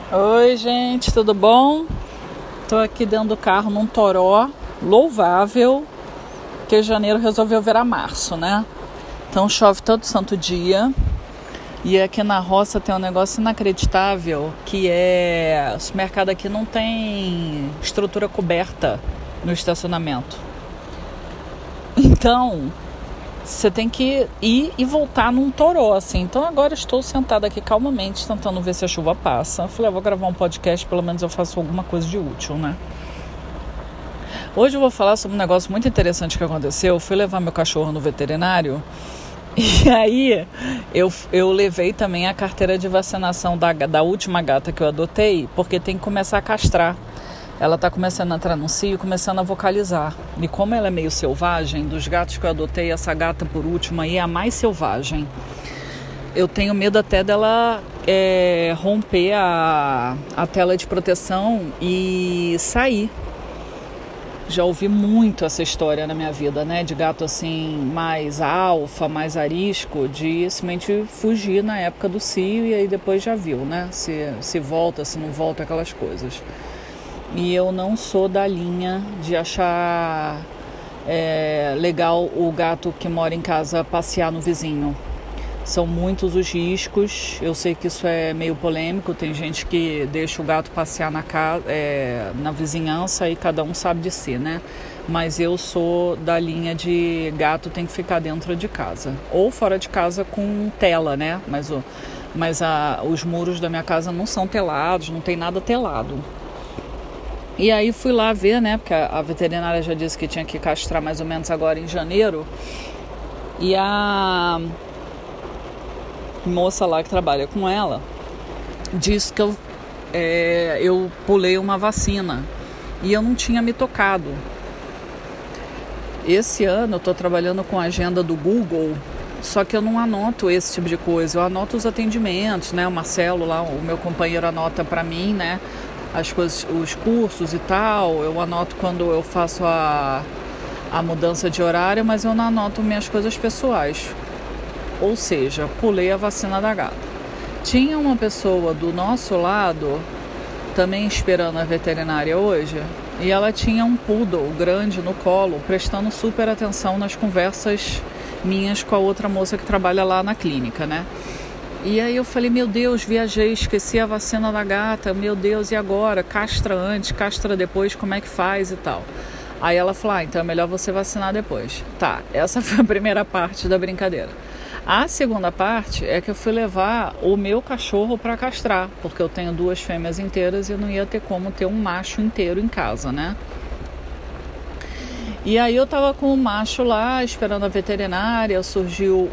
Oi, gente, tudo bom? Tô aqui dentro do carro num toró louvável, que janeiro resolveu virar março, né? Então chove todo santo dia. E aqui na roça tem um negócio inacreditável, que é o supermercado aqui não tem estrutura coberta no estacionamento. Então você tem que ir e voltar num toró, assim. Então agora estou sentada aqui calmamente, tentando ver se a chuva passa. Falei, vou gravar um podcast, pelo menos eu faço alguma coisa de útil, né? Hoje eu vou falar sobre um negócio muito interessante que aconteceu. Eu fui levar meu cachorro no veterinário e aí eu levei também a carteira de vacinação da última gata que eu adotei, porque tem que começar a castrar. Ela está começando a entrar no cio, começando a vocalizar. E como ela é meio selvagem, dos gatos que eu adotei, essa gata por último aí é a mais selvagem. Eu tenho medo até dela romper a tela de proteção e sair. Já ouvi muito essa história na minha vida, né? De gato assim, mais alfa, mais arisco, de simplesmente fugir na época do cio e aí depois já viu, né? Se volta, se não volta, aquelas coisas. E eu não sou da linha de achar legal o gato que mora em casa passear no vizinho. São muitos os riscos. Eu sei que isso é meio polêmico. Tem gente que deixa o gato passear na casa, na vizinhança, e cada um sabe de si, né? Mas eu sou da linha de gato tem que ficar dentro de casa. Ou fora de casa com tela, né? Mas os muros da minha casa não são telados, não tem nada telado. E aí fui lá ver, né? Porque a veterinária já disse que tinha que castrar mais ou menos agora em janeiro. E a moça lá que trabalha com ela disse que eu pulei uma vacina e eu não tinha me tocado. Esse ano eu estou trabalhando com a agenda do Google, só que eu não anoto esse tipo de coisa. Eu anoto os atendimentos, né? O Marcelo lá, o meu companheiro, anota para mim, né? As coisas, os cursos e tal. Eu anoto quando eu faço a mudança de horário, mas eu não anoto minhas coisas pessoais. Ou seja, pulei a vacina da gata. Tinha uma pessoa do nosso lado também esperando a veterinária hoje, e ela tinha um poodle grande no colo, prestando super atenção nas conversas minhas com a outra moça que trabalha lá na clínica, né? E aí eu falei, meu Deus, viajei, esqueci a vacina da gata, meu Deus, e agora? Castra antes, castra depois, como é que faz e tal? Aí ela falou, então é melhor você vacinar depois. Tá, essa foi a primeira parte da brincadeira. A segunda parte é que eu fui levar o meu cachorro para castrar, porque eu tenho 2 fêmeas inteiras e eu não ia ter como ter um macho inteiro em casa, né? E aí eu tava com o macho lá, esperando a veterinária, surgiu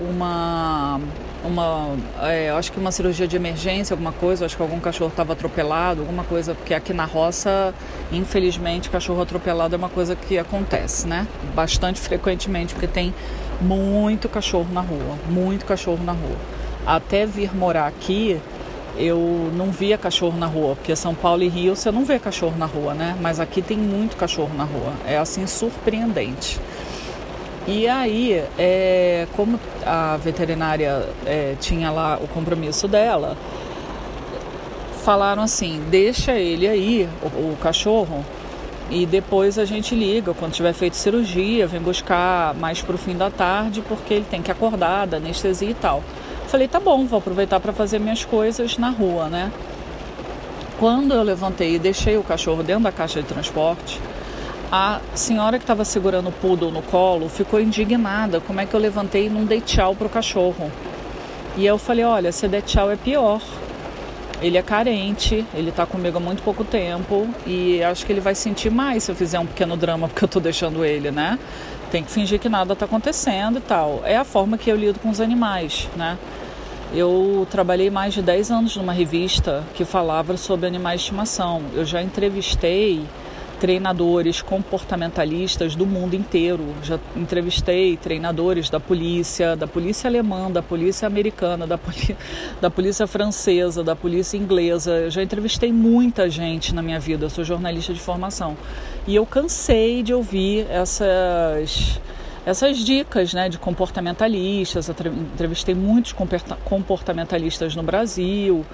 acho que uma cirurgia de emergência, alguma coisa, acho que algum cachorro estava atropelado, alguma coisa, porque aqui na roça, infelizmente, cachorro atropelado é uma coisa que acontece, né? Bastante frequentemente, porque tem muito cachorro na rua. Até vir morar aqui, eu não via cachorro na rua, porque São Paulo e Rio você não vê cachorro na rua, né? Mas aqui tem muito cachorro na rua, é assim surpreendente. E aí, como a veterinária tinha lá o compromisso dela, falaram assim, deixa ele aí, o cachorro, e depois a gente liga, quando tiver feito cirurgia, vem buscar mais pro fim da tarde, porque ele tem que acordar, da anestesia e tal. Falei, tá bom, vou aproveitar para fazer minhas coisas na rua, né? Quando eu levantei e deixei o cachorro dentro da caixa de transporte, a senhora que estava segurando o poodle no colo ficou indignada. Como é que eu levantei e não dei tchau pro cachorro? E eu falei, olha, se der tchau é pior. Ele é carente, ele tá comigo há muito pouco tempo e acho que ele vai sentir mais se eu fizer um pequeno drama porque eu tô deixando ele, né? Tem que fingir que nada tá acontecendo e tal. É a forma que eu lido com os animais, né? Eu trabalhei mais de 10 anos numa revista que falava sobre animais de estimação. Eu já entrevistei treinadores comportamentalistas do mundo inteiro. Já entrevistei treinadores da polícia alemã, da polícia americana, da polícia francesa, da polícia inglesa. Eu já entrevistei muita gente na minha vida. Eu sou jornalista de formação. E eu cansei de ouvir essas dicas, né, de comportamentalistas. Entrevistei muitos comportamentalistas no Brasil.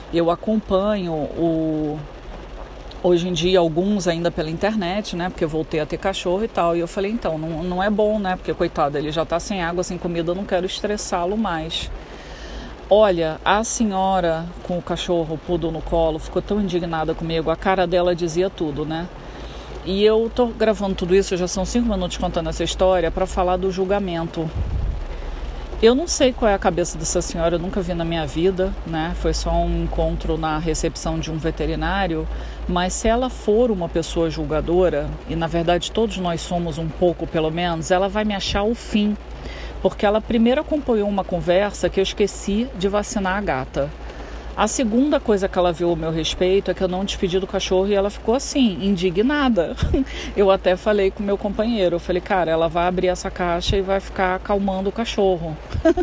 Eu acompanho hoje em dia alguns ainda pela internet, né? Porque eu voltei a ter cachorro e tal. E eu falei, então, não é bom, né? Porque, coitado, ele já tá sem água, sem comida, eu não quero estressá-lo mais. Olha, a senhora com o cachorro, o poodle no colo, ficou tão indignada comigo. A cara dela dizia tudo, né? E eu tô gravando tudo isso, já são 5 minutos contando essa história, para falar do julgamento. Eu não sei qual é a cabeça dessa senhora, eu nunca vi na minha vida, né? Foi só um encontro na recepção de um veterinário, mas se ela for uma pessoa julgadora, e na verdade todos nós somos um pouco pelo menos, ela vai me achar o fim, porque ela primeiro acompanhou uma conversa que eu esqueci de vacinar a gata. A segunda coisa que ela viu ao meu respeito é que eu não despedi do cachorro e ela ficou assim, indignada. Eu até falei com o meu companheiro, eu falei, cara, ela vai abrir essa caixa e vai ficar acalmando o cachorro.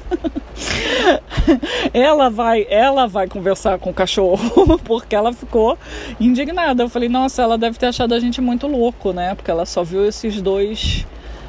Ela vai conversar com o cachorro, porque ela ficou indignada. Eu falei, nossa, ela deve ter achado a gente muito louco, né? Porque ela só viu esses dois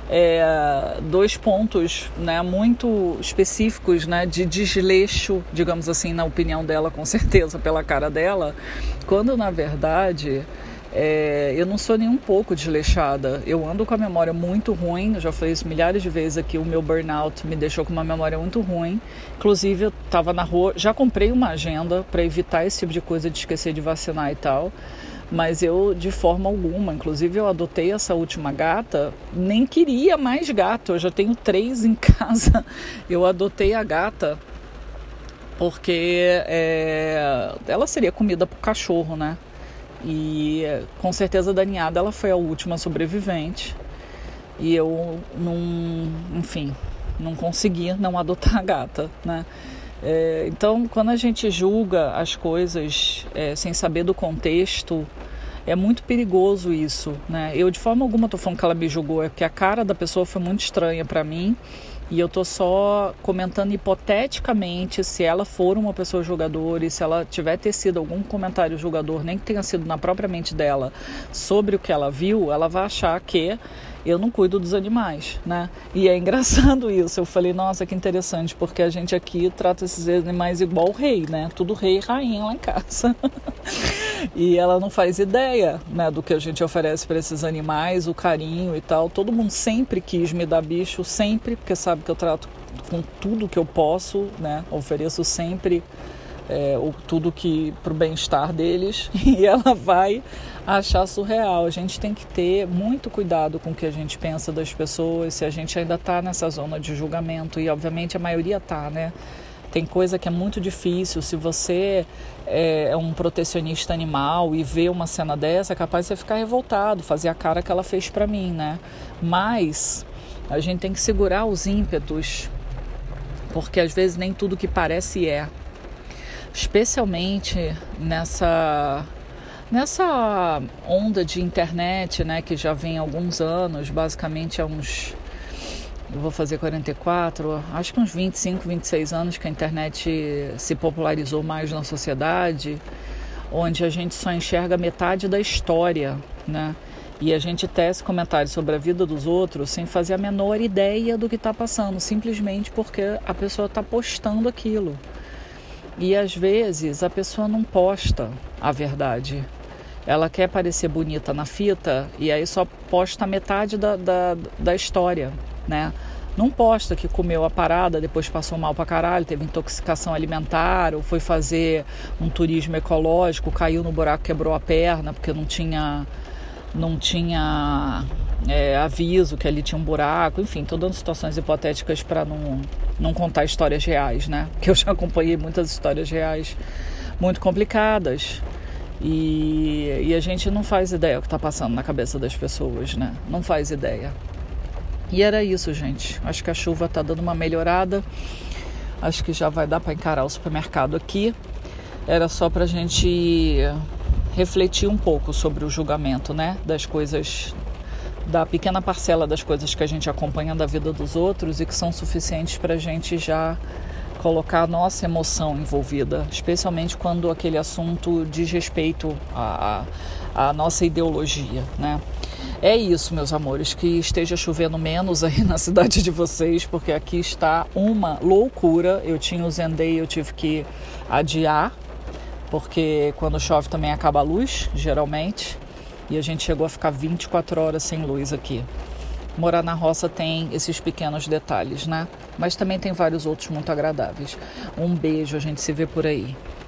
pontos, né, muito específicos, né, de desleixo, digamos assim, na opinião dela, com certeza, pela cara dela, quando na verdade eu não sou nem um pouco desleixada. Eu ando com a memória muito ruim, eu já falei isso milhares de vezes aqui, o meu burnout me deixou com uma memória muito ruim. Inclusive eu estava na rua, já comprei uma agenda para evitar esse tipo de coisa de esquecer de vacinar e tal. Mas eu, de forma alguma, inclusive eu adotei essa última gata, nem queria mais gato, eu já tenho 3 em casa. Eu adotei a gata porque ela seria comida pro cachorro, né? E com certeza da ninhada ela foi a última sobrevivente. E eu não consegui não adotar a gata, né? Então, quando a gente julga as coisas sem saber do contexto, é muito perigoso isso, né? Eu, de forma alguma, estou falando que ela me julgou, é porque a cara da pessoa foi muito estranha para mim e eu estou só comentando hipoteticamente se ela for uma pessoa julgadora e se ela tiver tecido algum comentário julgador, nem que tenha sido na própria mente dela, sobre o que ela viu, ela vai achar que eu não cuido dos animais, né? E é engraçado isso. Eu falei, nossa, que interessante, porque a gente aqui trata esses animais igual o rei, né? Tudo rei e rainha lá em casa. E ela não faz ideia, né, do que a gente oferece para esses animais, o carinho e tal. Todo mundo sempre quis me dar bicho, sempre, porque sabe que eu trato com tudo que eu posso, né? Ofereço sempre tudo que para o bem-estar deles, e ela vai achar surreal. A gente tem que ter muito cuidado com o que a gente pensa das pessoas, se a gente ainda está nessa zona de julgamento, e obviamente a maioria está, né? Tem coisa que é muito difícil. Se você é um protecionista animal e vê uma cena dessa, é capaz de você ficar revoltado, fazer a cara que ela fez para mim, né? Mas a gente tem que segurar os ímpetos, porque às vezes nem tudo que parece é. Especialmente nessa onda de internet, né, que já vem há alguns anos, basicamente há uns, eu vou fazer 44, acho que uns 25, 26 anos que a internet se popularizou mais na sociedade, onde a gente só enxerga metade da história, né? E a gente tece comentários sobre a vida dos outros sem fazer a menor ideia do que está passando, simplesmente porque a pessoa está postando aquilo. E às vezes a pessoa não posta a verdade. Ela quer parecer bonita na fita e aí só posta metade da história, né? Não posta que comeu a parada, depois passou mal pra caralho, teve intoxicação alimentar, ou foi fazer um turismo ecológico, caiu no buraco, quebrou a perna porque não tinha aviso que ali tinha um buraco. Enfim, estou dando situações hipotéticas para não contar histórias reais, né? Porque eu já acompanhei muitas histórias reais muito complicadas e a gente não faz ideia do que está passando na cabeça das pessoas, né? Não faz ideia. E era isso, gente. Acho que a chuva está dando uma melhorada. Acho que já vai dar para encarar o supermercado aqui. Era só para a gente refletir um pouco sobre o julgamento, né? Das coisas, da pequena parcela das coisas que a gente acompanha da vida dos outros e que são suficientes para a gente já colocar a nossa emoção envolvida, especialmente quando aquele assunto diz respeito à nossa ideologia, né? É isso, meus amores, que esteja chovendo menos aí na cidade de vocês, porque aqui está uma loucura. Eu tinha o Zenday, eu tive que adiar, porque quando chove também acaba a luz, geralmente, e a gente chegou a ficar 24 horas sem luz aqui. Morar na roça tem esses pequenos detalhes, né? Mas também tem vários outros muito agradáveis. Um beijo, a gente se vê por aí.